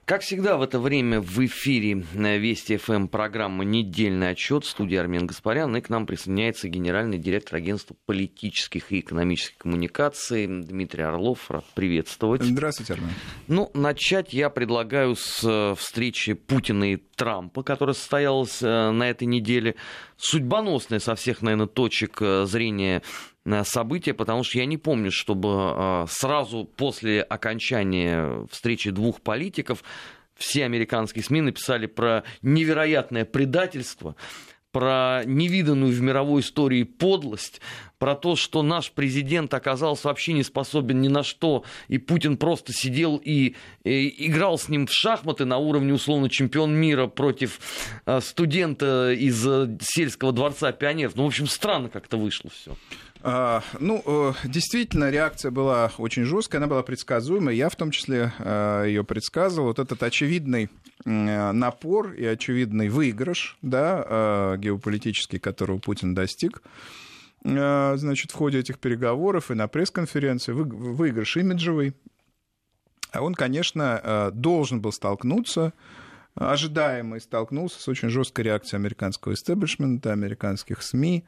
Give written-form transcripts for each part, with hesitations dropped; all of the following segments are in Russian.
Как всегда в это время в эфире Вести ФМ программа «Недельный отчет», студия Армен Гаспарян, и к нам присоединяется генеральный директор агентства политических и экономических коммуникаций Дмитрий Орлов. Рад приветствовать. Здравствуйте, Армен. Начать я предлагаю с встречи Путина и Трампа, которая состоялась на этой неделе. Судьбоносная со всех, наверное, точек зрения события, потому что я не помню, чтобы сразу после окончания встречи двух политиков все американские СМИ написали про невероятное предательство, про невиданную в мировой истории подлость, про то, что наш президент оказался вообще не способен ни на что, и Путин просто сидел и играл с ним в шахматы на уровне, условно, чемпион мира против студента из сельского дворца пионеров. В общем, странно как-то вышло все. Действительно, реакция была очень жесткая, она была предсказуемой. Я в том числе ее предсказывал. Вот этот очевидный напор и очевидный выигрыш, да, геополитический, которого Путин достиг, значит, в ходе этих переговоров и на пресс-конференции, выигрыш имиджевый, он, конечно, должен был столкнуться, ожидаемо столкнулся с очень жесткой реакцией американского истеблишмента, американских СМИ.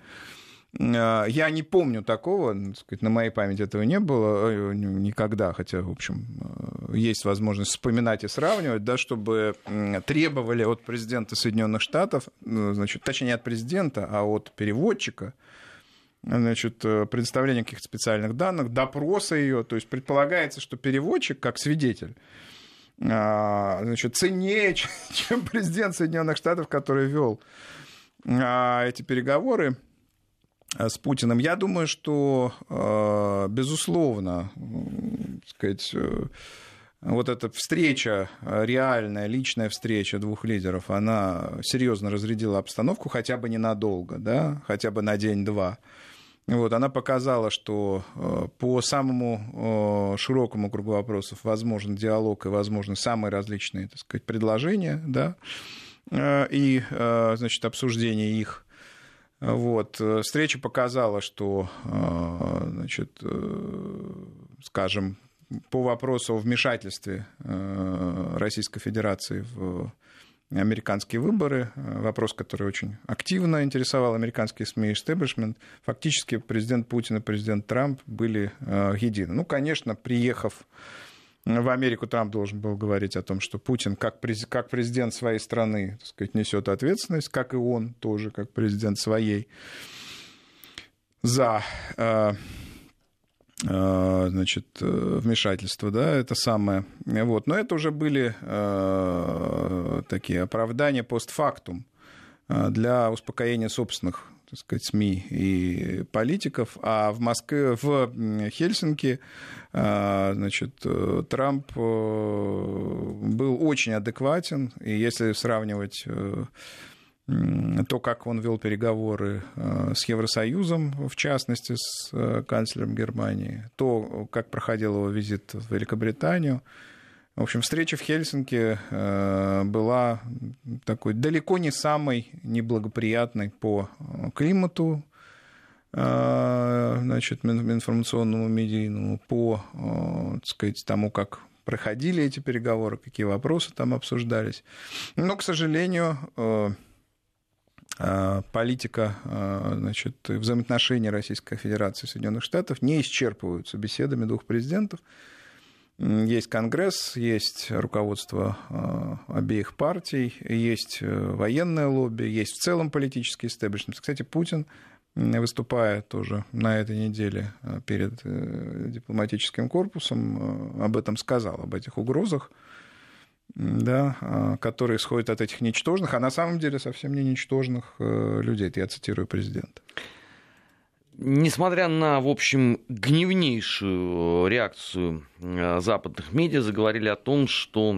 Я не помню такого, так сказать, на моей памяти этого не было никогда, хотя, в общем, есть возможность вспоминать и сравнивать, да, чтобы требовали от президента Соединенных Штатов, значит, точнее, не от президента, а от переводчика, значит, предоставления каких-то специальных данных, допроса ее. То есть предполагается, что переводчик, как свидетель, значит, ценнее, чем президент Соединенных Штатов, который вел эти переговоры с Путиным. Я думаю, что, безусловно, так сказать, вот эта встреча, реальная, личная встреча двух лидеров, она серьезно разрядила обстановку, хотя бы ненадолго, да, хотя бы на день-два. Вот, она показала, что по самому широкому кругу вопросов возможен диалог и возможны самые различные, так сказать, предложения, да, и, значит, обсуждение их. Вот. Встреча показала, что, значит, скажем, по вопросу о вмешательстве Российской Федерации в американские выборы, вопрос, который очень активно интересовал американские СМИ и истеблишмент, фактически президент Путин и президент Трамп были едины. Ну, конечно, приехав в Америку, Трамп должен был говорить о том, что Путин, как президент своей страны, так сказать, несет ответственность, как и он тоже, как президент своей, за, значит, вмешательство, да, это самое. Вот. Но это уже были такие оправдания постфактум для успокоения собственных, так сказать, СМИ и политиков, а в Москве, в Хельсинки, значит, Трамп был очень адекватен, и если сравнивать то, как он вел переговоры с Евросоюзом, в частности, с канцлером Германии, то, как проходил его визит в Великобританию. В общем, встреча в Хельсинки была такой далеко не самой неблагоприятной по климату, значит, информационному, медийному, по, так сказать, тому, как проходили эти переговоры, какие вопросы там обсуждались. Но, к сожалению, политика, значит, взаимоотношения Российской Федерации и Соединенных Штатов не исчерпываются беседами двух президентов. Есть Конгресс, есть руководство обеих партий, есть военное лобби, есть в целом политический истеблишмент. Кстати, Путин, выступая тоже на этой неделе перед дипломатическим корпусом, об этом сказал, об этих угрозах, да, которые исходят от этих ничтожных, а на самом деле совсем не ничтожных людей. Это я цитирую президента. Несмотря на, в общем, гневнейшую реакцию западных медиа, заговорили о том, что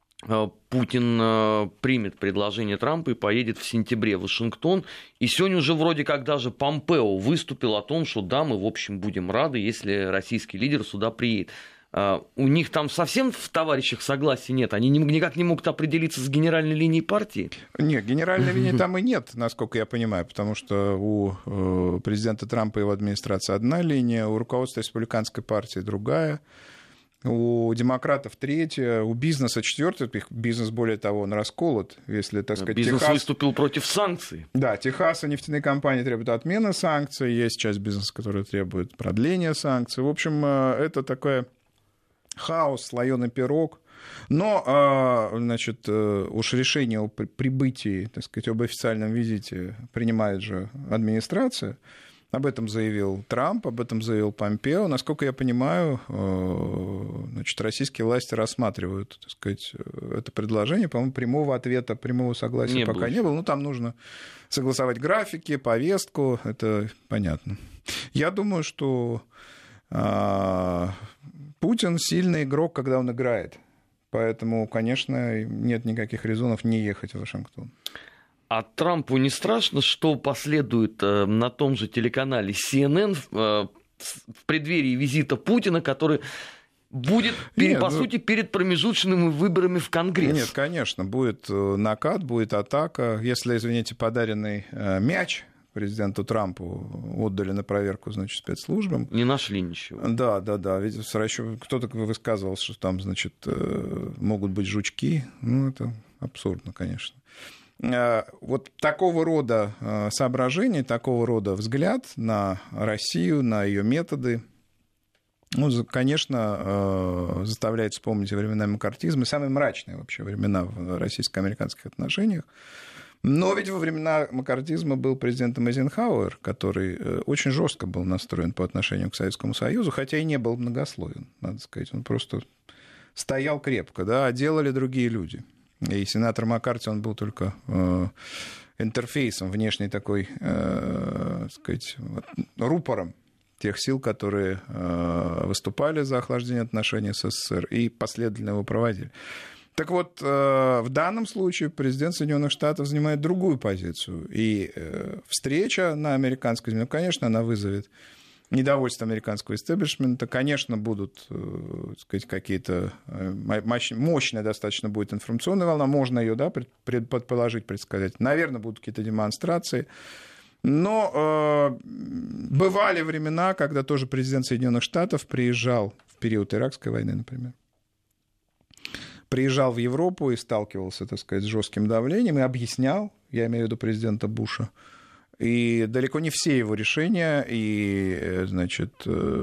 Путин примет предложение Трампа и поедет в сентябре в Вашингтон. И сегодня уже вроде как даже Помпео выступил о том, что да, мы, в общем, будем рады, если российский лидер сюда приедет. У них там совсем в товарищах согласия нет? Они никак не могут определиться с генеральной линией партии? Нет, генеральной линии там и нет, насколько я понимаю, потому что у президента Трампа и его администрации одна линия, у руководства республиканской партии другая. у демократов третье, у бизнеса четвертое. Бизнес, более того, он расколот. Если, так сказать, бизнес выступил против санкций. Да, Техас и нефтяные компании требуют отмены санкций. Есть часть бизнеса, которая требует продления санкций. В общем, это такой хаос, слоеный пирог. Но, значит, уж решение о прибытии, так сказать, об официальном визите принимает же администрация. Об этом заявил Трамп, об этом заявил Помпео. Насколько я понимаю, значит, российские власти рассматривают, так сказать, это предложение. По-моему, прямого ответа, прямого согласия пока не было. Ну, там нужно согласовать графики, повестку, это понятно. Я думаю, что Путин сильный игрок, когда он играет. Поэтому, конечно, нет никаких резонов не ехать в Вашингтон. А Трампу не страшно, что последует на том же телеканале CNN в преддверии визита Путина, который будет, по сути, перед промежуточными выборами в Конгресс? Нет, конечно, будет накат, будет атака. Если, извините, подаренный мяч президенту Трампу отдали на проверку, значит, спецслужбам. Не нашли ничего. Да. Ведь кто-то высказывался, что там, значит, могут быть жучки. Ну, это абсурдно, конечно. Вот такого рода соображения, такого рода взгляд на Россию, на ее методы, ну, конечно, заставляет вспомнить времена маккартизма, самые мрачные вообще времена в российско-американских отношениях. Но ведь во времена маккартизма был президентом Эйзенхауэр, который очень жестко был настроен по отношению к Советскому Союзу, хотя и не был многословен, надо сказать. Он просто стоял крепко, да, а делали другие люди. И сенатор Маккарти, он был только интерфейсом, внешней такой, так сказать, рупором тех сил, которые выступали за охлаждение отношений с СССР и последовательно его проводили. Так вот, в данном случае президент Соединенных Штатов занимает другую позицию. И встреча на американской земле, конечно, она вызовет недовольство американского истеблишмента. Конечно, будут, так сказать, какие-то... Мощная достаточно будет информационная волна. Можно ее, да, предположить, предсказать. Наверное, будут какие-то демонстрации. Но бывали времена, когда тоже президент Соединенных Штатов приезжал в период Иракской войны, например. Приезжал в Европу и сталкивался, так сказать, с жестким давлением и объяснял, я имею в виду президента Буша, и далеко не все его решения и, значит,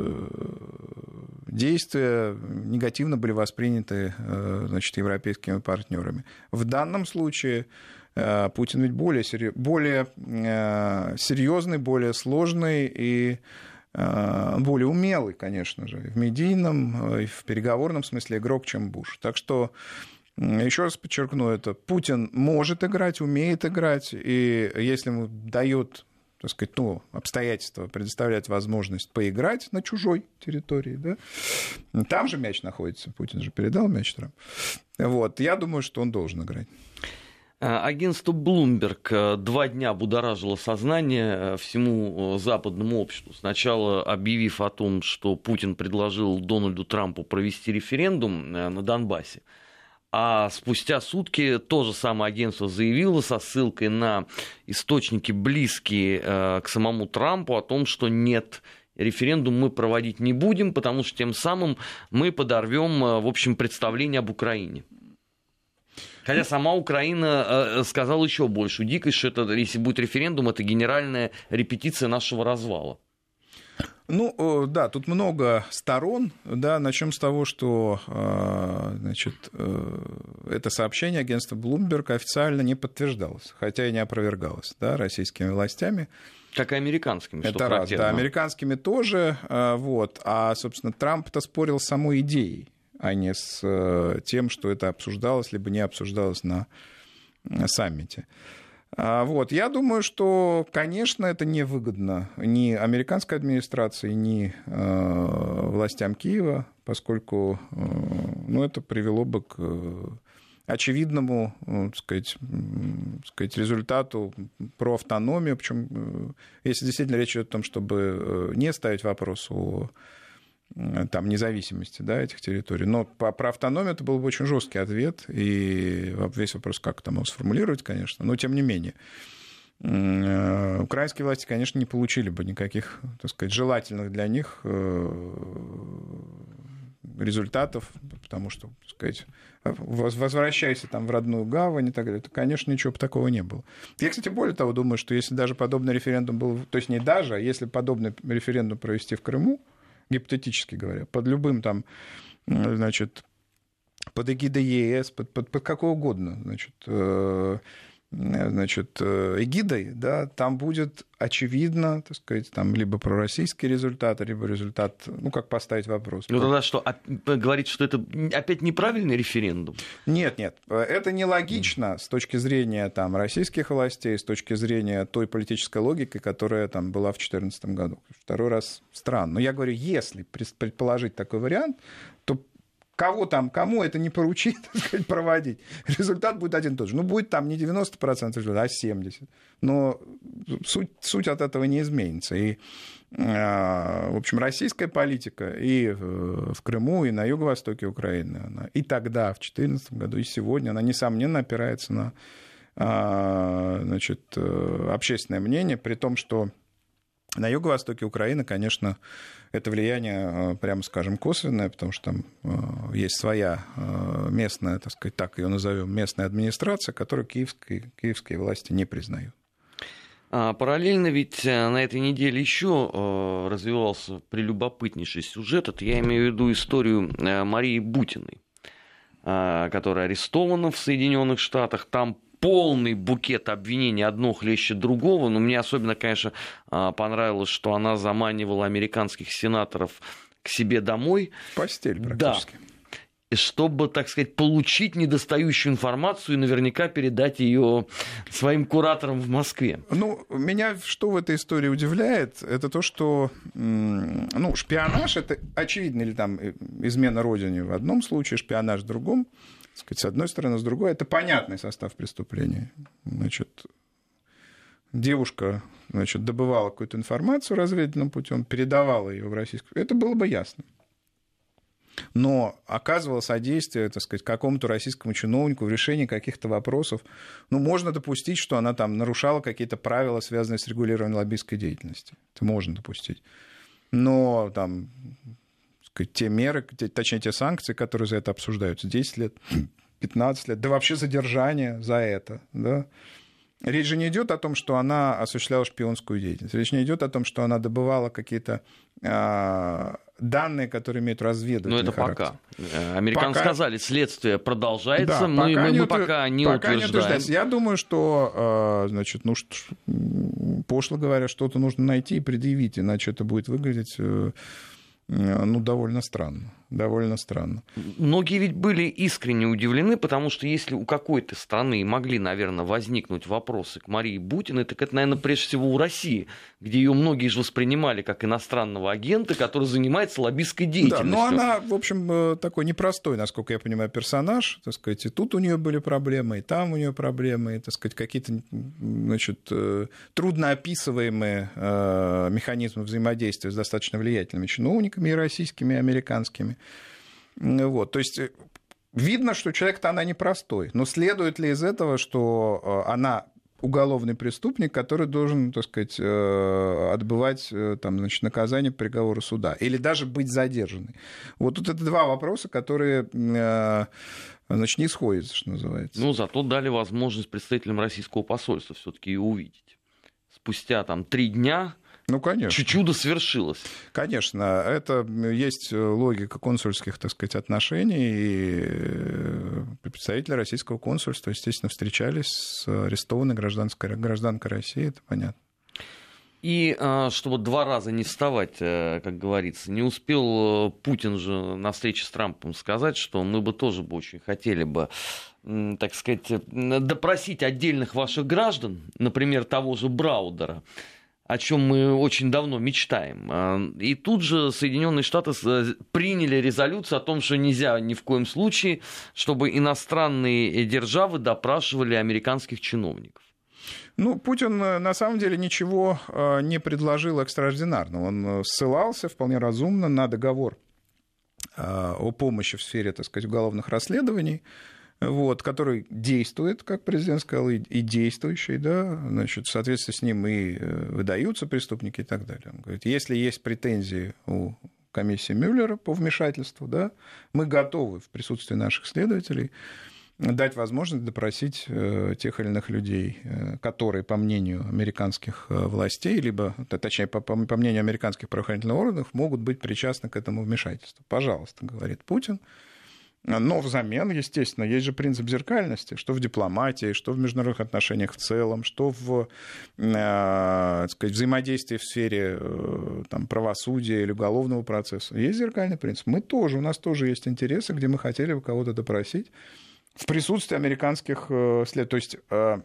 действия негативно были восприняты, значит, европейскими партнерами. В данном случае Путин ведь более серьезный, более сложный и более умелый, конечно же, в медийном, и в переговорном смысле игрок, чем Буш. Так что, еще раз подчеркну это, Путин может играть, умеет играть, и если ему дают, так сказать, ну, обстоятельства, предоставляют возможность поиграть на чужой территории, да, там же мяч находится, Путин же передал мяч Трампу. Вот, я думаю, что он должен играть. Агентство Bloomberg 2 дня будоражило сознание всему западному обществу. Сначала объявив о том, что Путин предложил Дональду Трампу провести референдум на Донбассе, а спустя сутки то же самое агентство заявило со ссылкой на источники, близкие к самому Трампу, о том, что нет, референдум мы проводить не будем, потому что тем самым мы подорвем, в общем, представление об Украине. Хотя сама Украина сказала еще большую дикость, что это, если будет референдум, это генеральная репетиция нашего развала. Ну, да, тут много сторон. Да, начнем с того, что, значит, это сообщение агентства Bloomberg официально не подтверждалось, хотя и не опровергалось, да, российскими властями. Как и американскими. Это раз, да, американскими тоже. Вот. А, собственно, Трамп-то спорил с самой идеей, а не с тем, что это обсуждалось, либо не обсуждалось на саммите. Вот. Я думаю, что, конечно, это невыгодно ни американской администрации, ни властям Киева, поскольку ну, это привело бы к очевидному, так сказать, результату про автономию. Причем, если действительно речь идет о том, чтобы не ставить вопрос о там, независимости, да, этих территорий. Но про автономию это был бы очень жесткий ответ, и весь вопрос, как там его сформулировать, конечно, но тем не менее. Украинские власти, конечно, не получили бы никаких, так сказать, желательных для них результатов, потому что, так сказать, возвращайся там в родную гавань и так далее, то, конечно, ничего бы такого не было. Я, кстати, более того думаю, что если даже подобный референдум был, то есть не даже, а если подобный референдум провести в Крыму, гипотетически говоря, под любым там, значит, под эгидой ЕС, под какой угодно, эгидой, да, там будет очевидно, так сказать, там либо пророссийский результат, либо результат, ну, как поставить вопрос. Ну, тогда что, говорить, что это опять неправильный референдум? Нет, это нелогично с точки зрения там, российских властей, с точки зрения той политической логики, которая там была в 2014 году. Второй раз странно. Но я говорю, если предположить такой вариант, то кому это не поручить, так сказать, проводить, результат будет один и тот же. Ну, будет там не 90% результата, а 70%. Но суть от этого не изменится. И, в общем, российская политика и в Крыму, и на юго-востоке Украины, она и тогда, в 2014 году, и сегодня, она, несомненно, опирается на общественное мнение, при том, что на юго-востоке Украины, конечно, это влияние, прямо скажем, косвенное, потому что там есть своя местная, так сказать, так ее назовем, местная администрация, которую киевские власти не признают. Параллельно ведь на этой неделе еще развивался прелюбопытнейший сюжет. Это я имею в виду историю Марии Бутиной, которая арестована в Соединенных Штатах. Там полный букет обвинений, одно хлеще другого. Но мне особенно, конечно, понравилось, что она заманивала американских сенаторов к себе домой. В постель практически. Да. Чтобы, так сказать, получить недостающую информацию и наверняка передать ее своим кураторам в Москве. Ну, меня что в этой истории удивляет, это то, что шпионаж — это очевидно, или там измена родине в одном случае, шпионаж в другом. Сказать, с одной стороны, с другой, это понятный состав преступления. Девушка, добывала какую-то информацию разведывательным путем, передавала ее в российскую. Это было бы ясно. Но оказывала содействие, так сказать, какому-то российскому чиновнику в решении каких-то вопросов. Ну, можно допустить, что она там нарушала какие-то правила, связанные с регулированием лоббистской деятельности. Это можно допустить. Но там те меры, точнее, те санкции, которые за это обсуждаются, 10 лет, 15 лет, да вообще задержание за это, да. Речь же не идет о том, что она осуществляла шпионскую деятельность. Речь не идет о том, что она добывала какие-то данные, которые имеют разведывательный характер. Но это пока. Американцы сказали, следствие продолжается, да, мы пока не утверждаем. Я думаю, что, пошло говоря, что-то нужно найти и предъявить, иначе это будет выглядеть довольно странно. Довольно странно. Многие ведь были искренне удивлены, потому что если у какой-то страны могли, наверное, возникнуть вопросы к Марии Бутиной, так это, наверное, прежде всего у России, где ее многие же воспринимали как иностранного агента, который занимается лоббистской деятельностью. Да, но она, в общем, такой непростой, насколько я понимаю, персонаж, так сказать, и тут у нее были проблемы, и там у нее проблемы, и, так сказать, какие-то, трудноописываемые механизмы взаимодействия с достаточно влиятельными чиновниками и российскими, и американскими. Вот, то есть видно, что человек-то она непростой, но следует ли из этого, что она уголовный преступник, который должен, так сказать, отбывать наказание по приговору суда, или даже быть задержанным? Вот тут это два вопроса, которые не сходятся, что называется. Ну, зато дали возможность представителям российского посольства все-таки ее увидеть. Спустя 3 дня... Ну, конечно. Чудо свершилось. Конечно. Это есть логика консульских, так сказать, отношений. И представители российского консульства, естественно, встречались с арестованной гражданкой России, это понятно. И чтобы 2 раза не вставать, как говорится, не успел Путин же на встрече с Трампом сказать, что мы бы тоже очень хотели бы, так сказать, допросить отдельных ваших граждан, например, того же Браудера, о чем мы очень давно мечтаем. И тут же Соединенные Штаты приняли резолюцию о том, что нельзя ни в коем случае, чтобы иностранные державы допрашивали американских чиновников. Ну, Путин на самом деле ничего не предложил экстраординарного. Он ссылался вполне разумно на договор о помощи в сфере, так сказать, уголовных расследований, который действует, как президент сказал, и действующий, да, в соответствии с ним и выдаются преступники и так далее. Он говорит, если есть претензии у комиссии Мюллера по вмешательству, да, мы готовы в присутствии наших следователей дать возможность допросить тех или иных людей, которые, по мнению американских властей, либо, точнее, по мнению американских правоохранительных органов, могут быть причастны к этому вмешательству. Пожалуйста, говорит Путин. Но взамен, естественно, есть же принцип зеркальности, что в дипломатии, что в международных отношениях в целом, что в, так сказать, взаимодействии в сфере там, правосудия или уголовного процесса. Есть зеркальный принцип. У нас тоже есть интересы, где мы хотели бы кого-то допросить в присутствии американских следователей. То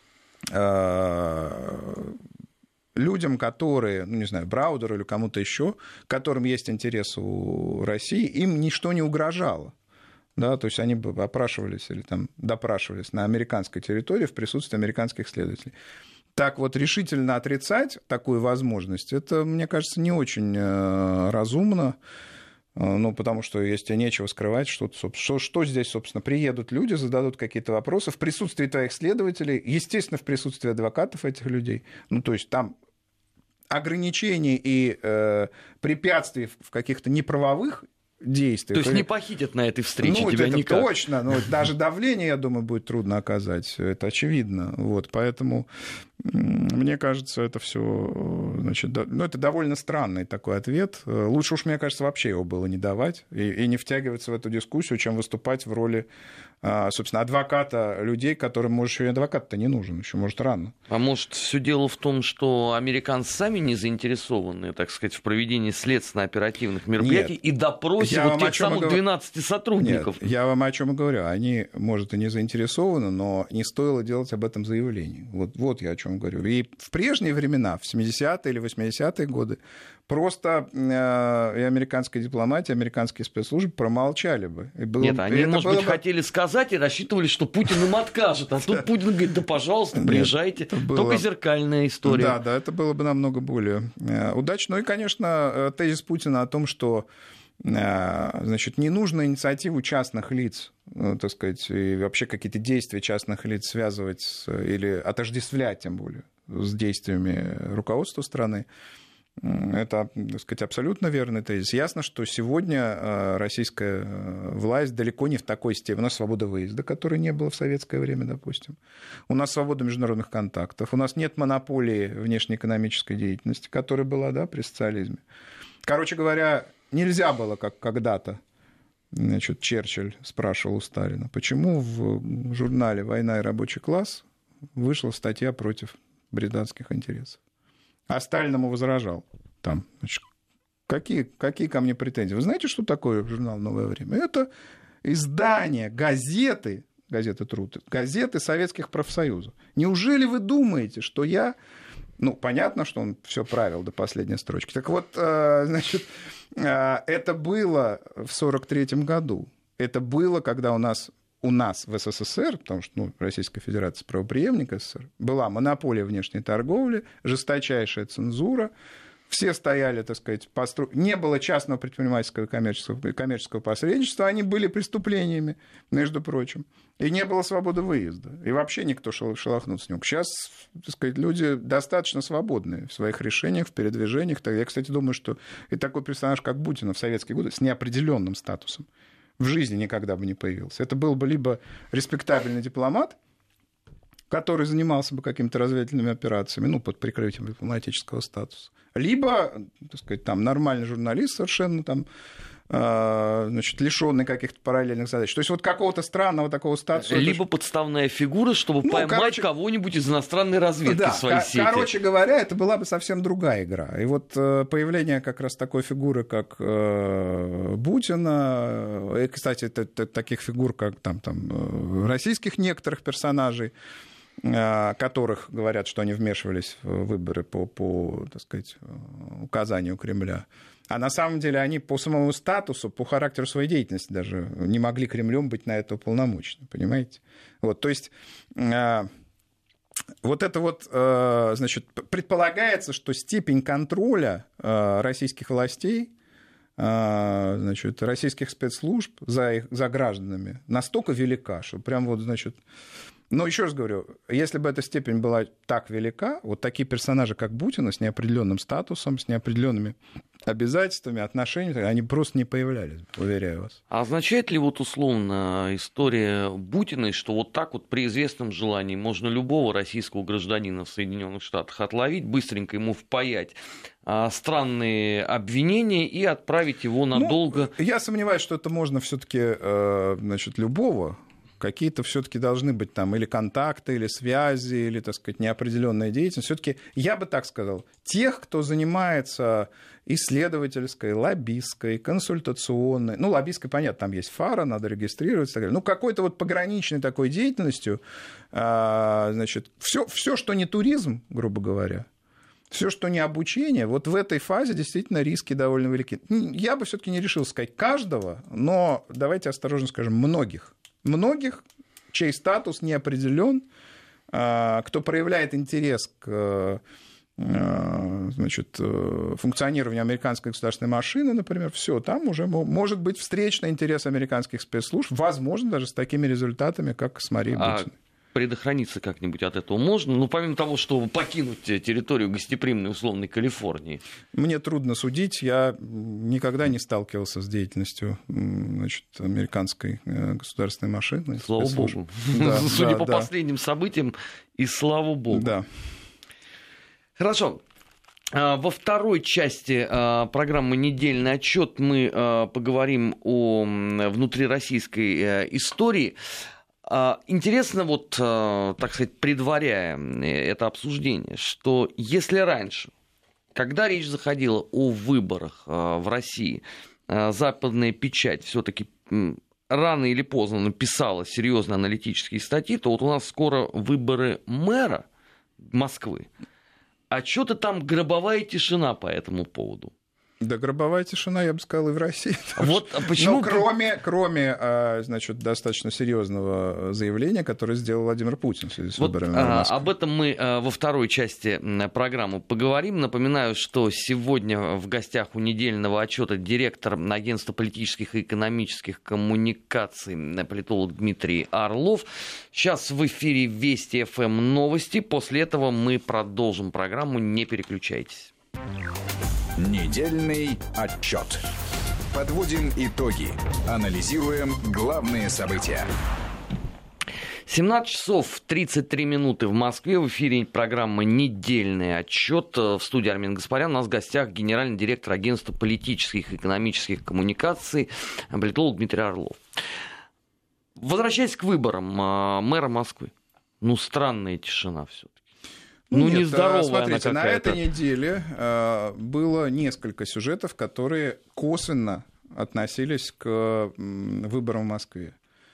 есть людям, которые, ну, не знаю, Браудеру или кому-то еще, которым есть интерес у России, им ничто не угрожало. Да, то есть они бы опрашивались или там допрашивались на американской территории в присутствии американских следователей. Так вот, решительно отрицать такую возможность, это, мне кажется, не очень разумно. Ну, потому что если нечего скрывать, что здесь, собственно, приедут люди, зададут какие-то вопросы в присутствии твоих следователей, естественно, в присутствии адвокатов этих людей. Ну, то есть там ограничений и препятствий в каких-то неправовых действиях. То есть не похитят на этой встрече ну, тебя это никак? Точно. Ну, даже давление, я думаю, будет трудно оказать. Это очевидно. Вот, поэтому мне кажется, это все, значит, ну, это довольно странный такой ответ. Лучше уж, мне кажется, вообще его было не давать и не втягиваться в эту дискуссию, чем выступать в роли, собственно, адвоката людей, которым, может, еще и адвокат-то не нужен, еще, может, рано. А может, все дело в том, что американцы сами не заинтересованы, так сказать, в проведении следственно-оперативных мероприятий и допросе вот тех самых 12 сотрудников? Нет, я вам о чем и говорю. Они, может, и не заинтересованы, но не стоило делать об этом заявление. Вот я о чем говорю. И в прежние времена, в 70-е или 80-е годы, просто и американская дипломатия, американские спецслужбы промолчали бы. Нет, они, может быть, хотели сказать и рассчитывали, что Путин им откажет. А тут Путин говорит, да, пожалуйста, приезжайте. Только зеркальная история. Да, это было бы намного более удачно. Ну и, конечно, тезис Путина о том, что, значит, не нужно инициативу частных лиц, так сказать, и вообще какие-то действия частных лиц связывать или отождествлять, тем более, с действиями руководства страны. Это, так сказать, абсолютно верный тезис. Ясно, что сегодня российская власть далеко не в такой степени. У нас свобода выезда, которой не было в советское время, допустим. У нас свобода международных контактов. У нас нет монополии внешнеэкономической деятельности, которая была, да, при социализме. Короче говоря, нельзя было, как когда-то, значит, Черчилль спрашивал у Сталина, почему в журнале «Война и рабочий класс» вышла статья против британских интересов. А Сталин ему возражал. Там, значит, какие ко мне претензии? Вы знаете, что такое журнал «Новое время»? Это издание газеты «Труд», газеты советских профсоюзов. Неужели вы думаете, что я... Ну, понятно, что он все правил до последней строчки. Так вот, значит, это было в 1943 году. Это было, когда у нас в СССР, потому что Российская Федерация правопреемник СССР, была монополия внешней торговли, жесточайшая цензура, все стояли, так сказать, не было частного предпринимательского коммерческого посредничества, они были преступлениями, между прочим, и не было свободы выезда, и вообще никто шелохнуться не мог. Сейчас, так сказать, люди достаточно свободные в своих решениях, в передвижениях. Я, кстати, думаю, что и такой персонаж, как Бутин в советские годы, с неопределенным статусом, в жизни никогда бы не появился. Это был бы либо респектабельный дипломат, который занимался бы какими-то разведывательными операциями, под прикрытием дипломатического статуса, либо, так сказать, там, нормальный журналист, совершенно там, значит, лишенный каких-то параллельных задач. То есть вот какого-то странного такого статуса. Либо подставная фигура, чтобы поймать кого-нибудь из иностранной разведки в своей сети. Короче говоря, это была бы совсем другая игра. И вот появление как раз такой фигуры, как Бутина, и, кстати, таких фигур, как там российских некоторых персонажей, которых говорят, что они вмешивались в выборы по, так сказать, указанию Кремля. А на самом деле они по самому статусу, по характеру своей деятельности даже не могли Кремлем быть на это уполномочены, понимаете? Вот, то есть вот это вот, значит, предполагается, что степень контроля российских властей, значит, российских спецслужб за гражданами настолько велика, что прям вот, значит, Но еще раз говорю, если бы эта степень была так велика, вот такие персонажи, как Бутин, с неопределенным статусом, с неопределенными обязательствами, отношениями, они просто не появлялись, уверяю вас. А означает ли вот условно история Бутиной, что вот так вот при известном желании можно любого российского гражданина в Соединенных Штатах отловить, быстренько ему впаять странные обвинения и отправить его надолго? Ну, я сомневаюсь, что это можно все-таки, любого. Какие-то все-таки должны быть там или контакты, или связи, или, так сказать, неопределенная деятельность. Все-таки, я бы так сказал, тех, кто занимается исследовательской, лоббистской, консультационной, ну, лоббистской, понятно, там есть ФАРа, надо регистрироваться и так далее. Ну, какой-то вот пограничной такой деятельностью, значит, все, что не туризм, грубо говоря, все, что не обучение, вот в этой фазе действительно риски довольно велики. Я бы все-таки не решил сказать каждого, но давайте осторожно скажем, многих, чей статус не определен, кто проявляет интерес к функционированию американской государственной машины, например, все, там уже может быть встречный интерес американских спецслужб, возможно, даже с такими результатами, как с Марией Бутиной. Предохраниться как-нибудь от этого можно? Ну, помимо того, чтобы покинуть территорию гостеприимной условной Калифорнии. Мне трудно судить. Я никогда не сталкивался с деятельностью американской государственной машины. Слава богу. Да, судя по последним событиям, и слава богу. Да. Хорошо. Во второй части программы «Недельный отчет» мы поговорим о внутрироссийской истории. Интересно, вот, так сказать, предваряя это обсуждение, что если раньше, когда речь заходила о выборах в России, западная печать все-таки рано или поздно написала серьезные аналитические статьи, то вот у нас скоро выборы мэра Москвы, а что-то там гробовая тишина по этому поводу. Да, гробовая тишина, я бы сказал, и в России. Вот почему... Но кроме достаточно серьезного заявления, которое сделал Владимир Путин в связи с выборами в Москве. Об этом мы во второй части программы поговорим. Напоминаю, что сегодня в гостях у недельного отчета директор Агентства политических и экономических коммуникаций, политолог Дмитрий Орлов. Сейчас в эфире Вести ФМ новости. После этого мы продолжим программу. Не переключайтесь. Недельный отчет. Подводим итоги. Анализируем главные события. 17 часов 33 минуты в Москве. В эфире программа «Недельный отчет». В студии Армен Гаспарян. У нас в гостях генеральный директор Агентства политических и экономических коммуникаций, политолог Дмитрий Орлов. Возвращаясь к выборам мэра Москвы. Ну, странная тишина все-таки. Нет, нездоровая смотрите, она какая-то. На этой неделе было несколько сюжетов, которые косвенно относились к выборам в Москве.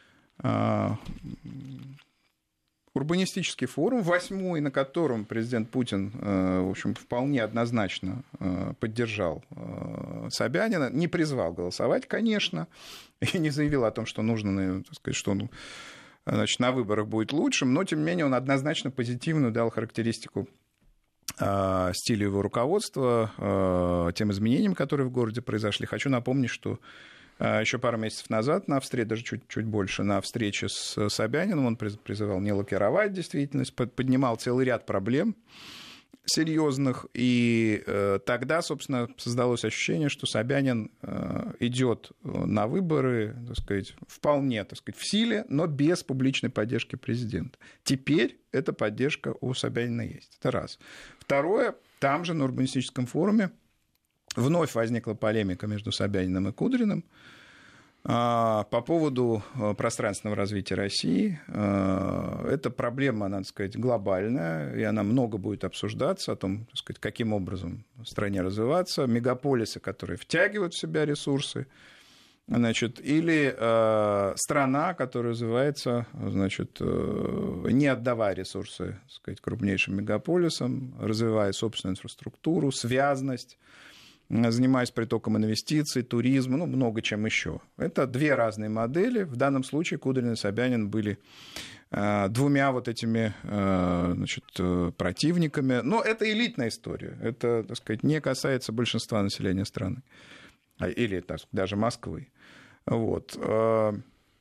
Урбанистический форум, 8-й, на котором президент Путин, в общем, вполне однозначно поддержал Собянина, не призвал голосовать, конечно, и не заявил о том, что нужно, так сказать, что он... на выборах будет лучшим, но, тем не менее, он однозначно позитивную дал характеристику стилю его руководства, тем изменениям, которые в городе произошли. Хочу напомнить, что еще пару месяцев назад на встрече, даже чуть больше, на встрече с Собяниным он призывал не лакировать действительность, поднимал целый ряд проблем серьезных, и тогда, собственно, создалось ощущение, что Собянин идет на выборы, так сказать, вполне, так сказать, в силе, но без публичной поддержки президента. Теперь эта поддержка у Собянина есть. Это раз. Второе, там же на урбанистическом форуме вновь возникла полемика между Собяниным и Кудриным по поводу пространственного развития России. Эта проблема, надо сказать, глобальная, и она много будет обсуждаться о том, так сказать, каким образом в стране развиваться. Мегаполисы, которые втягивают в себя ресурсы, значит, или страна, которая развивается, значит, не отдавая ресурсы, так сказать, крупнейшим мегаполисам, развивая собственную инфраструктуру, связность, занимаясь притоком инвестиций, туризма, ну, много чем еще. Это две разные модели. В данном случае Кудрин и Собянин были двумя вот этими, значит, противниками. Но это элитная история. Это, так сказать, не касается большинства населения страны. Или так, даже Москвы. Вот.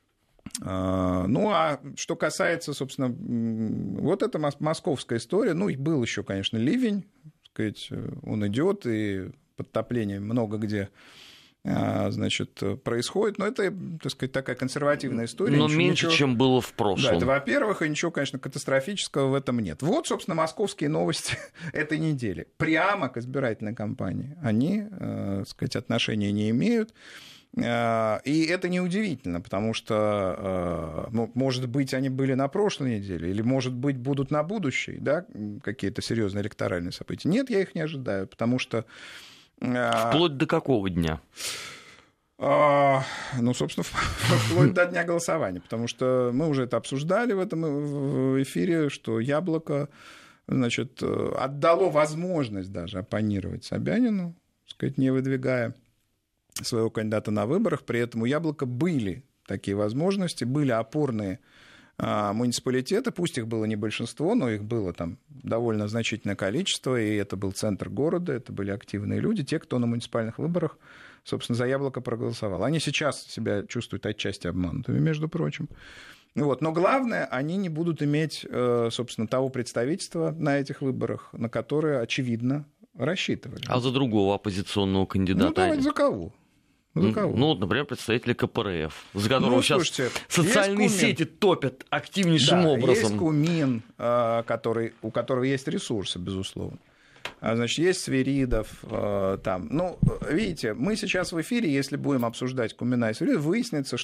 Ну, а что касается, собственно, вот эта московская история, ну, и был еще, конечно, ливень, так сказать, он идет, и подтопление много где, значит, происходит, но это, так сказать, такая консервативная история. Но меньше, чем было в прошлом. Да, это во-первых, и ничего, конечно, катастрофического в этом нет. Вот, собственно, московские новости этой недели. Прямо к избирательной кампании они, так сказать, отношения не имеют. И это неудивительно, потому что, ну, может быть, они были на прошлой неделе, или, может быть, будут на будущей, да, какие-то серьезные электоральные события. Нет, я их не ожидаю, потому что... Вплоть до какого дня? Ну, собственно, вплоть до дня голосования, потому что мы уже это обсуждали в этом эфире, что Яблоко, значит, отдало возможность даже оппонировать Собянину, так сказать, не выдвигая своего кандидата на выборах. При этом у Яблока были такие возможности, были опорные муниципалитеты, пусть их было не большинство, но их было там довольно значительное количество, и это был центр города, это были активные люди, те, кто на муниципальных выборах, собственно, за Яблоко проголосовал. Они сейчас себя чувствуют отчасти обманутыми, между прочим. Вот. Но главное, они не будут иметь, собственно, того представительства на этих выборах, на которое, очевидно, рассчитывали. А за другого оппозиционного кандидата? Ну, давайте за кого? За кого? Ну, вот, например, представители КПРФ, за которого сейчас слушайте, социальные сети топят активнейшим образом. Есть Кумин, у которого есть ресурсы, безусловно. Значит, есть Свиридов там. Ну, видите, мы сейчас в эфире, если будем обсуждать Кумина и Свиридов, выяснится,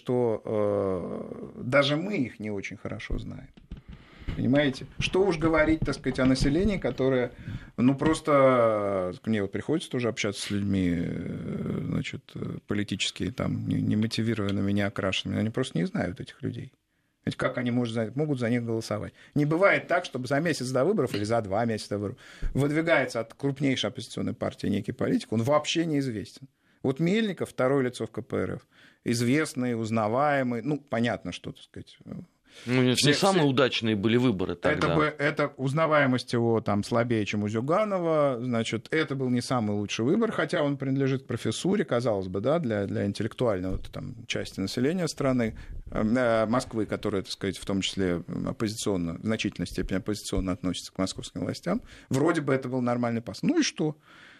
что даже мы их не очень хорошо знаем. Понимаете? Что уж говорить, так сказать, о населении, которое, ну, просто... Мне вот приходится тоже общаться с людьми, значит, политически там, немотивированными, не окрашенными. Они просто не знают этих людей. Ведь как они могут за них голосовать? Не бывает так, чтобы за месяц до выборов или за 2 месяца до выборов выдвигается от крупнейшей оппозиционной партии некий политик, он вообще неизвестен. Вот Мельников, второе лицо в КПРФ, известный, узнаваемый, ну, понятно, что, так сказать... Ну, не самые удачные были выборы тогда. Это узнаваемость его там слабее, чем у Зюганова, значит, это был не самый лучший выбор, хотя он принадлежит к профессуре, казалось бы, да, для интеллектуальной там, части населения страны, Москвы, которая, так сказать, в том числе оппозиционно, в значительной степени оппозиционно относится к московским властям. Вроде бы это был нормальный пас. Ну и что?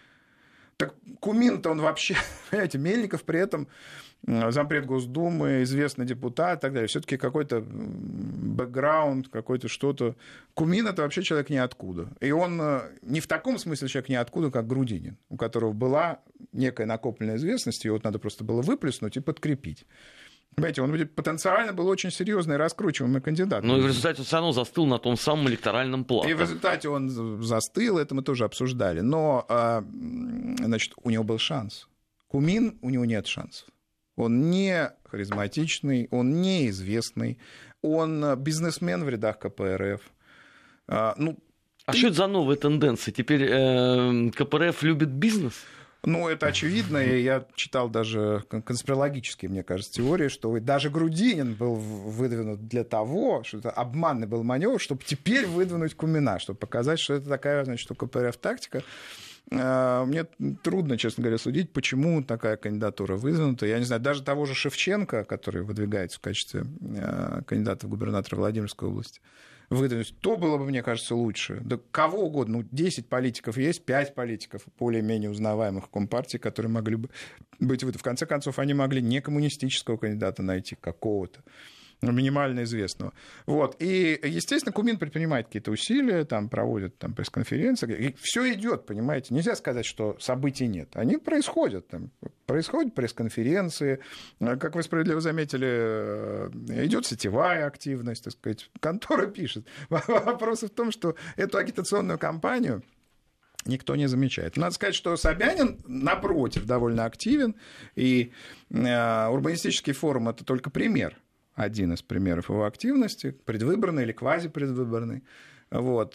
Так Кумин-то он вообще, понимаете, Мельников при этом зампред Госдумы, известный депутат и так далее. Все-таки какой-то бэкграунд, какой-то что-то. Кумин — это вообще человек ниоткуда. И он не в таком смысле человек ниоткуда, как Грудинин, у которого была некая накопленная известность, ее вот надо просто было выплеснуть и подкрепить. Понимаете, он потенциально был очень серьезный и раскручиваемый кандидат. Но и в результате он все равно застыл на том самом электоральном плато. И в результате он застыл, это мы тоже обсуждали. Но, значит, у него был шанс. Кумин, у него нет шансов. Он не харизматичный, он неизвестный, он бизнесмен в рядах КПРФ. Что это за новые тенденции? Теперь КПРФ любит бизнес? Ну, это очевидно, и я читал даже конспирологические, мне кажется, теории, что даже Грудинин был выдвинут для того, что это обманный был маневр, чтобы теперь выдвинуть Кумина, чтобы показать, что это такая, значит, у КПРФ тактика. Мне трудно, честно говоря, судить, почему такая кандидатура выдвинута. Я не знаю, даже того же Шевченко, который выдвигается в качестве кандидата в губернатора Владимирской области, выдвинуть, то было бы, мне кажется, лучше. Да кого угодно. Ну, 10 политиков есть, 5 политиков более-менее узнаваемых в Компартии, которые могли бы быть выдвинуты. В конце концов, они могли не коммунистического кандидата найти, какого-то, минимально известного. Вот. И, естественно, Кумин предпринимает какие-то усилия, там, проводит там, пресс-конференции. И все идет, понимаете. Нельзя сказать, что событий нет. Они происходят. Там, происходят пресс-конференции. Как вы справедливо заметили, идет сетевая активность, так сказать. Контора пишет. Вопрос в том, что эту агитационную кампанию никто не замечает. Надо сказать, что Собянин, напротив, довольно активен. И урбанистический форум — это только пример. Один из примеров его активности, предвыборный или квазипредвыборный. Вот.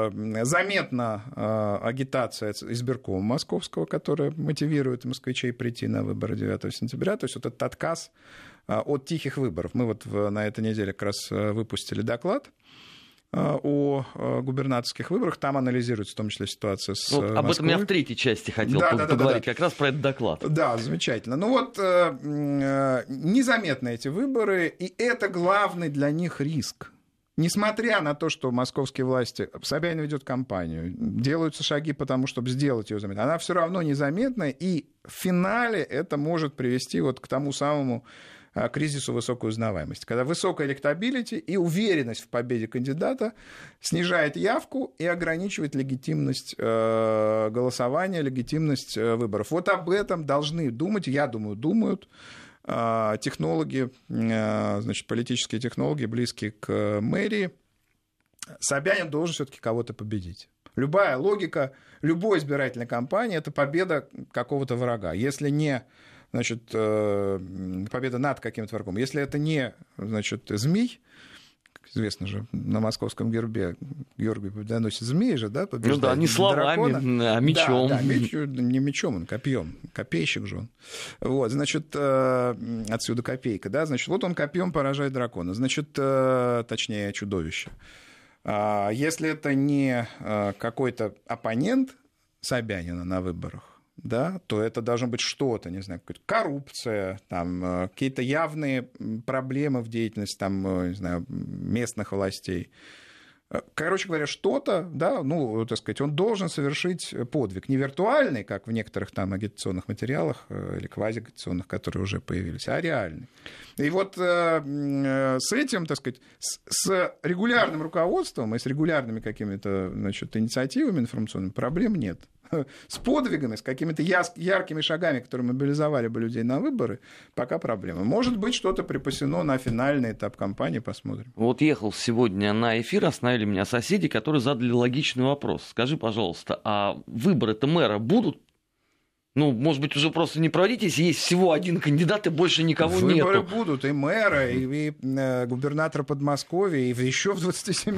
Заметна агитация избиркома московского, которая мотивирует москвичей прийти на выборы 9 сентября. То есть вот этот отказ от тихих выборов. Мы вот на этой неделе как раз выпустили доклад о губернаторских выборах. Там анализируется в том числе ситуация с Москвой. Об этом я в третьей части хотел поговорить, как раз про этот доклад. Да, замечательно. Ну вот, незаметны эти выборы, и это главный для них риск. Несмотря на то, что московские власти, Собянин ведет кампанию, делаются шаги по тому, чтобы сделать ее заметной, она все равно незаметна, и в финале это может привести вот к тому самому кризису высокой узнаваемости, когда высокая электабилити и уверенность в победе кандидата снижает явку и ограничивает легитимность голосования, легитимность выборов. Вот об этом должны думать, я думаю, думают технологи, значит, политические технологи, близкие к мэрии. Собянин должен все-таки кого-то победить. Любая логика, любой избирательной кампании — это победа какого-то врага. Если не, значит, победа над каким-то врагом, если это не, значит, змей, известно же, на московском гербе Георгий Победоносец змей же, да, побеждает. Ну да, не словами, дракона, а мечом. Да, не мечом, он копьем, копейщик же он. Вот, значит, отсюда копейка, да, значит, вот он копьем поражает дракона, значит, точнее, чудовище. Если это не какой-то оппонент Собянина на выборах, да, то это должно быть что-то, не знаю, коррупция, там, какие-то явные проблемы в деятельности там, не знаю, местных властей. Короче говоря, что-то, да, ну, так сказать, он должен совершить подвиг. Не виртуальный, как в некоторых там агитационных материалах или квазиагитационных, которые уже появились, а реальный. И вот с этим, так сказать, с регулярным руководством и с регулярными какими-то, значит, инициативами информационными проблем нет. С подвигами, с какими-то яркими шагами, которые мобилизовали бы людей на выборы, пока проблема. Может быть, что-то припасено на финальный этап кампании, посмотрим. Вот ехал сегодня на эфир, остановили меня соседи, которые задали логичный вопрос. Скажи, пожалуйста, а выборы-то мэра будут? Ну, может быть, уже просто не проводить, если есть всего один кандидат и больше никого нет. Выборы будут, и мэра, и губернатора Подмосковья, и еще в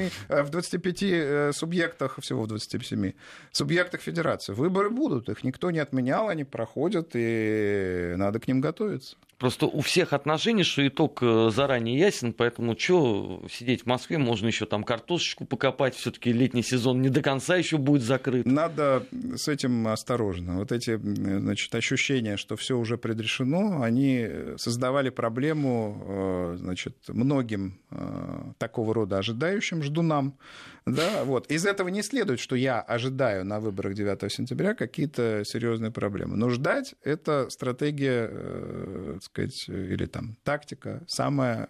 25 субъектах, всего в 27 субъектах федерации. Выборы будут, их никто не отменял, они проходят, и надо к ним готовиться. Просто у всех отношений, что итог заранее ясен, поэтому что сидеть в Москве, можно еще там картошечку покопать, все-таки летний сезон не до конца еще будет закрыт. Надо с этим осторожно. Вот эти, значит, ощущения, что все уже предрешено, они создавали проблему, значит, многим такого рода ожидающим ждунам. Да, вот. Из этого не следует, что я ожидаю на выборах 9 сентября какие-то серьезные проблемы. Но ждать — это стратегия, так сказать, или там тактика самая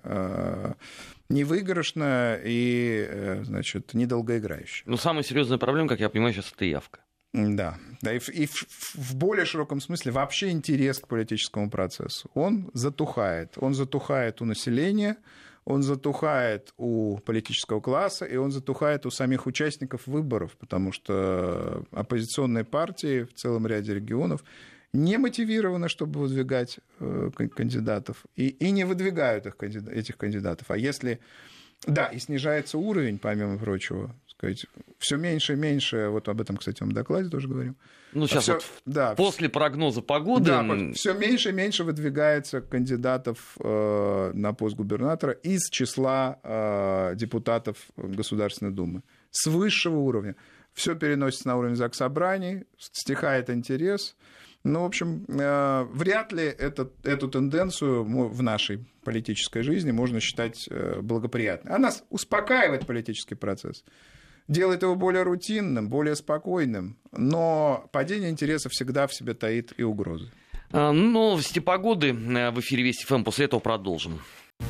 невыигрышная и, значит, недолгоиграющая. Но самая серьезная проблема, как я понимаю, сейчас это явка. Да, да, и в более широком смысле вообще интерес к политическому процессу. Он затухает у населения, он затухает у политического класса, и он затухает у самих участников выборов, потому что оппозиционные партии в целом ряде регионов не мотивированы, чтобы выдвигать кандидатов, и не выдвигают этих кандидатов. А если... Да, и снижается уровень, помимо прочего, сказать, все меньше и меньше, вот об этом, кстати, в докладе тоже говорим. Ну, сейчас вот да, после прогноза погоды... Да, все меньше и меньше выдвигается кандидатов на пост губернатора из числа депутатов Государственной Думы. С высшего уровня. Все переносится на уровень заксобраний, стихает интерес. Ну, в общем, вряд ли эту тенденцию в нашей политической жизни можно считать благоприятной. Она успокаивает политический процесс, делает его более рутинным, более спокойным, но падение интереса всегда в себе таит и угрозы. Новости погоды в эфире Вести ФМ, после этого продолжим.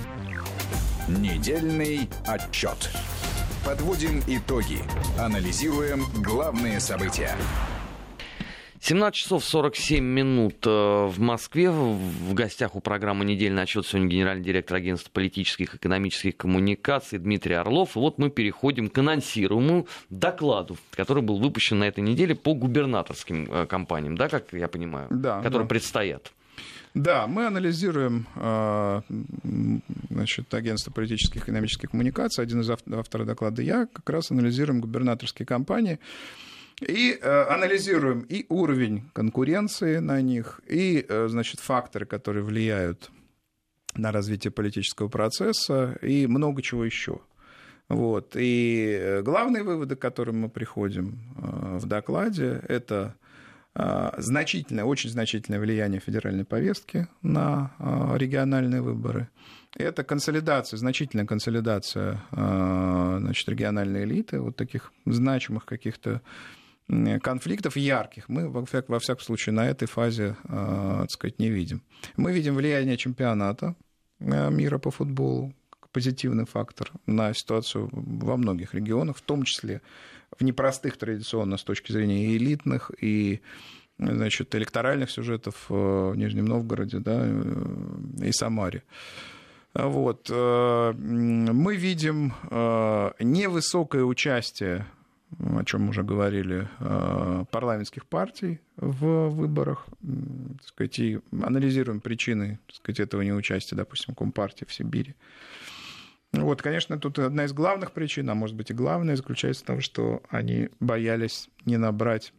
Недельный отчет. Подводим итоги. Анализируем главные события. 17 часов 47 минут в Москве. В гостях у программы «Недельный отчет» сегодня генеральный директор агентства политических и экономических коммуникаций Дмитрий Орлов. И вот мы переходим к анонсируемому докладу, который был выпущен на этой неделе по губернаторским кампаниям, да, как я понимаю, да, которые предстоят. Да, мы анализируем, значит, агентство политических и экономических коммуникаций. Один из авторов доклада я, как раз анализируем губернаторские кампании. И анализируем и уровень конкуренции на них, и, значит, факторы, которые влияют на развитие политического процесса, и много чего еще. Вот. И главные выводы, к которым мы приходим в докладе, это значительное, очень значительное влияние федеральной повестки на региональные выборы. Это консолидация, значительная консолидация, значит, региональной элиты, вот таких значимых каких-то конфликтов ярких мы, во всяком случае, на этой фазе, так сказать, не видим. Мы видим влияние чемпионата мира по футболу, позитивный фактор на ситуацию во многих регионах, в том числе в непростых традиционно с точки зрения и элитных, и, значит, электоральных сюжетов в Нижнем Новгороде, да, и Самаре. Вот. Мы видим невысокое участие, о чем уже говорили, парламентских партий в выборах, так сказать, и анализируем причины, так сказать, этого неучастия, допустим, Компартии в Сибири. Вот, конечно, тут одна из главных причин, а может быть и главная, заключается в том, что они боялись не набрать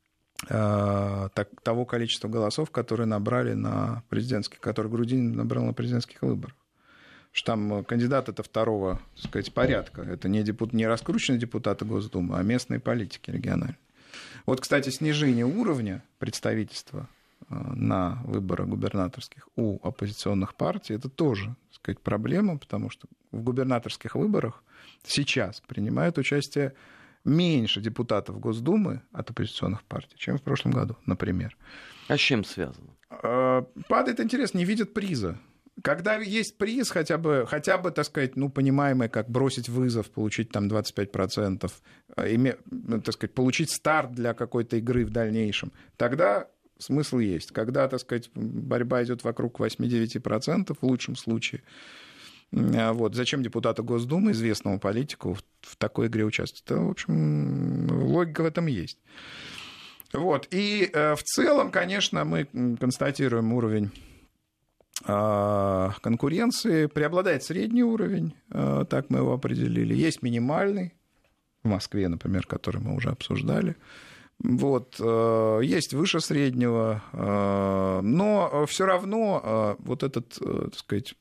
того количества голосов, которые набрали на президентских, которые Грудинин набрал на президентских выборах. Что там кандидат это второго, так сказать, порядка. Это не раскрученные депутаты Госдумы, а местные политики региональные. Вот, кстати, снижение уровня представительства на выборах губернаторских у оппозиционных партий, это тоже, так сказать, проблема, потому что в губернаторских выборах сейчас принимают участие меньше депутатов Госдумы от оппозиционных партий, чем в прошлом году, например. А с чем связано? Падает интерес, не видят приза. Когда есть приз, хотя бы, так сказать, ну, понимаемый, как бросить вызов, получить там 25%, так сказать, получить старт для какой-то игры в дальнейшем, тогда смысл есть. Когда, так сказать, борьба идет вокруг 8-9% в лучшем случае, вот, зачем депутату Госдумы, известному политику, в такой игре участвовать? Это, в общем, логика в этом есть. Вот. И в целом, конечно, мы констатируем уровень конкуренции. Преобладает средний уровень, так мы его определили. Есть минимальный, в Москве, например, который мы уже обсуждали. Вот. Есть выше среднего, но все равно вот этот, так сказать,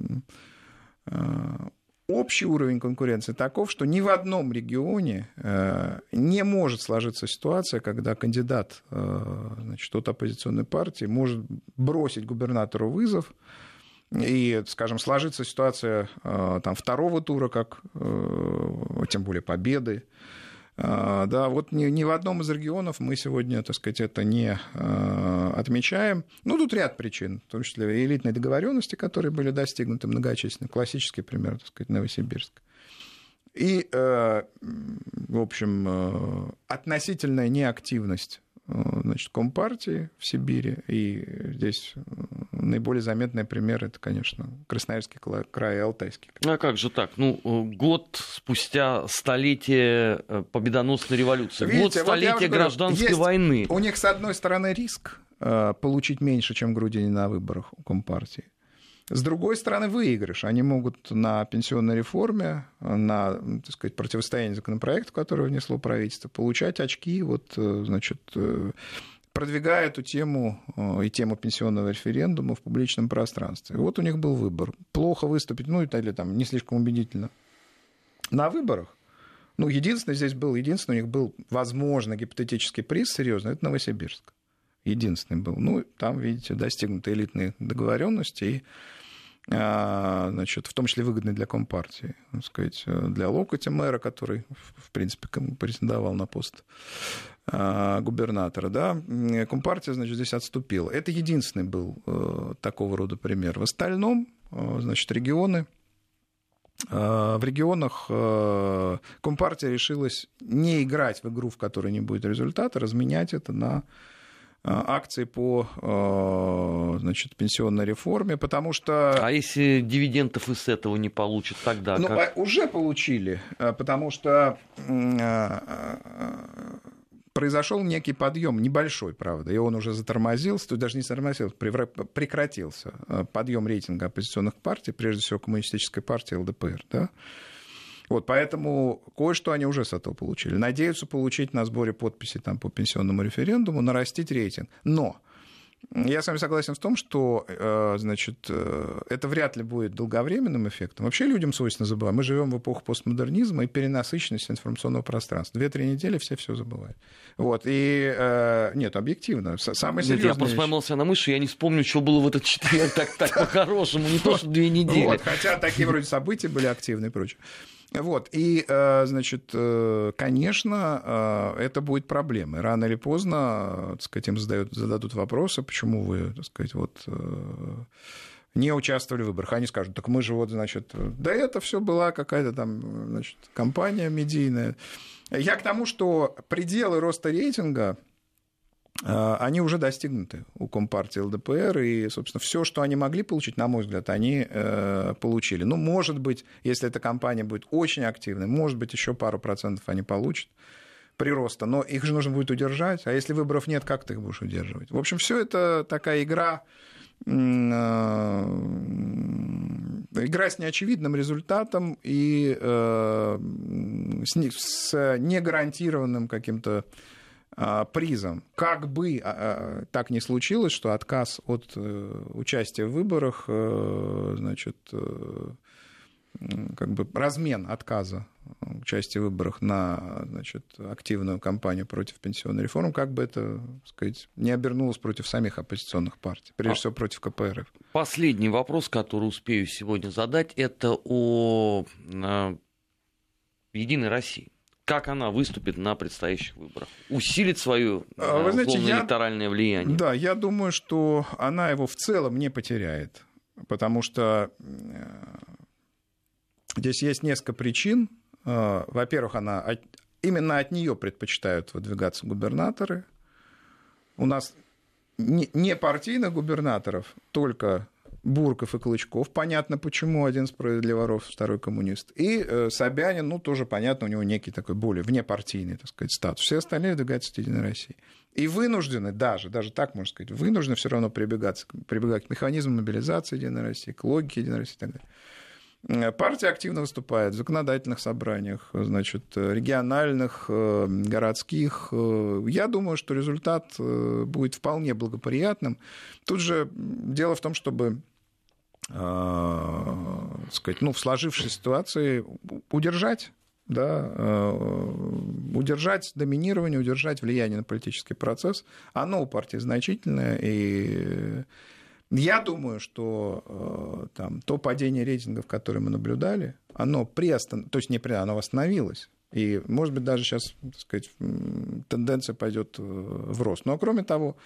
общий уровень конкуренции таков, что ни в одном регионе не может сложиться ситуация, когда кандидат, значит, от оппозиционной партии может бросить губернатору вызов, и, скажем, сложится ситуация там, второго тура, как, тем более победы. Да, вот ни в одном из регионов мы сегодня, так сказать, это не отмечаем. Ну, тут ряд причин, в том числе и элитной договоренности, которые были достигнуты многочисленно. Классический пример, так сказать, Новосибирск. И, в общем, относительная неактивность, значит, Компартии в Сибири. И здесь наиболее заметный пример — это, конечно, Красноярский край и Алтайский край. А как же так? Ну, год спустя столетие победоносной революции, видите, год столетия гражданской войны. У них, с одной стороны, риск получить меньше, чем Грудинин на выборах у Компартии. С другой стороны, выигрыш. Они могут на пенсионной реформе, на, так сказать, противостоянии законопроекту, который внесло правительство, получать очки, вот, значит, продвигая эту тему и тему пенсионного референдума в публичном пространстве. И вот у них был выбор. Плохо выступить, ну, или там не слишком убедительно на выборах. Ну, единственный у них был, возможно, гипотетический приз серьезный, это Новосибирск. Единственный был. Ну, там, видите, достигнуты элитные договоренности, и, значит, в том числе выгодные для Компартии, так сказать, для Локотя, мэра, который, в принципе, претендовал на пост губернатора, да, Компартия, значит, здесь отступила. Это единственный был такого рода пример. В остальном, значит, регионы, в регионах Компартия решилась не играть в игру, в которой не будет результата, разменять это на акции по, значит, пенсионной реформе, потому что... А если дивидендов из этого не получат, тогда ну, как? Уже получили, потому что произошел некий подъем, небольшой, правда, и он уже затормозился, то есть даже не затормозился, прекратился подъем рейтинга оппозиционных партий, прежде всего коммунистической партии ЛДПР, да? Вот, поэтому кое-что они уже с этого получили. Надеются получить на сборе подписей там, по пенсионному референдуму, нарастить рейтинг. Но Я с вами согласен в том, что, значит, это вряд ли будет долговременным эффектом. Вообще людям свойственно забывать. Мы живем в эпоху постмодернизма и перенасыщенности информационного пространства. 2-3 недели все забывают. Вот. И нет, объективно. Самое серьезное. Я просто поймался на мысли, я не вспомню, что было в этот четверг так по-хорошему. Не то, что 2 недели. Вот. Хотя такие вроде события были активны и прочее. Вот, и, значит, конечно, это будет проблемой. Рано или поздно, так сказать, им зададут вопросы, почему вы, так сказать, вот, не участвовали в выборах. Они скажут, так мы же вот, значит, да это все была какая-то там, значит, кампания медийная. Я к тому, что пределы роста рейтинга, они уже достигнуты у Компартии ЛДПР, и, собственно, все, что они могли получить, на мой взгляд, они получили. Ну, может быть, если эта кампания будет очень активной, может быть, еще пару процентов они получат прироста, но их же нужно будет удержать, а если выборов нет, как ты их будешь удерживать? В общем, все это такая игра с неочевидным результатом и с негарантированным каким-то призом. Как бы так ни случилось, что отказ от участия в выборах, значит, как бы размен отказа участия в выборах на, значит, активную кампанию против пенсионной реформы, как бы это, так сказать, не обернулось против самих оппозиционных партий, прежде всего против КПРФ. Последний вопрос, который успею сегодня задать, это о «Единой России». Как она выступит на предстоящих выборах? Усилит свое электоральное влияние? Да, я думаю, что она его в целом не потеряет, потому что здесь есть несколько причин. Во-первых, именно от нее предпочитают выдвигаться губернаторы. У нас не партийных губернаторов, только Бурков и Клычков. Понятно, почему. Один справедливоров, второй коммунист. И Собянин, ну, тоже понятно, у него некий такой более внепартийный, так сказать, статус. Все остальные выдвигаются от «Единой России». И вынуждены, даже так можно сказать, вынуждены все равно прибегать к механизму мобилизации «Единой России», к логике «Единой России» и так далее. Партия активно выступает в законодательных собраниях, значит, региональных, городских. Я думаю, что результат будет вполне благоприятным. Тут же дело в том, чтобы, сказать, в сложившейся ситуации удержать доминирование, удержать влияние на политический процесс. Оно у партии значительное, и я думаю, что то падение рейтингов, которое мы наблюдали, оно оно восстановилось. И, может быть, даже сейчас, так сказать, тенденция пойдет в рост. Но, кроме того,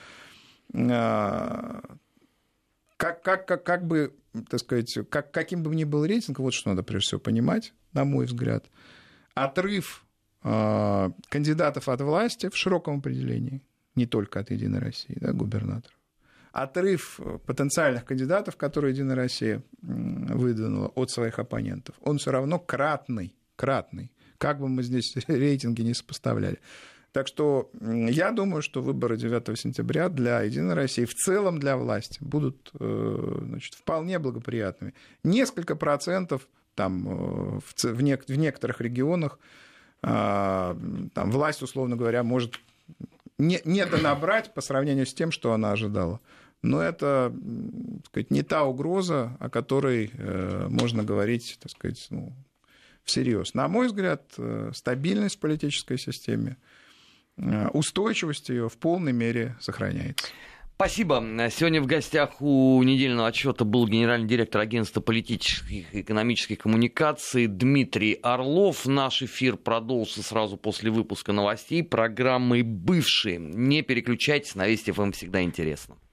как бы, так сказать, каким бы ни был рейтинг, вот что надо прежде всего понимать, на мой взгляд, отрыв кандидатов от власти в широком определении, не только от «Единой России», губернаторов, отрыв потенциальных кандидатов, которые «Единая Россия» выдвинула от своих оппонентов, он все равно кратный, как бы мы здесь рейтинги не сопоставляли. Так что я думаю, что выборы 9 сентября для «Единой России», в целом для власти, будут, значит, вполне благоприятными. Несколько процентов там, в некоторых регионах там, власть, условно говоря, может не донабрать по сравнению с тем, что она ожидала. Но это, так сказать, не та угроза, о которой можно говорить, так сказать, всерьез. На мой взгляд, стабильность в политической системе, устойчивость ее в полной мере сохраняется. Спасибо. Сегодня в гостях у недельного отчета был генеральный директор агентства политических и экономических коммуникаций Дмитрий Орлов. Наш эфир продолжится сразу после выпуска новостей программой «Бывшие». Не переключайтесь, на Вести ФМ всегда интересно.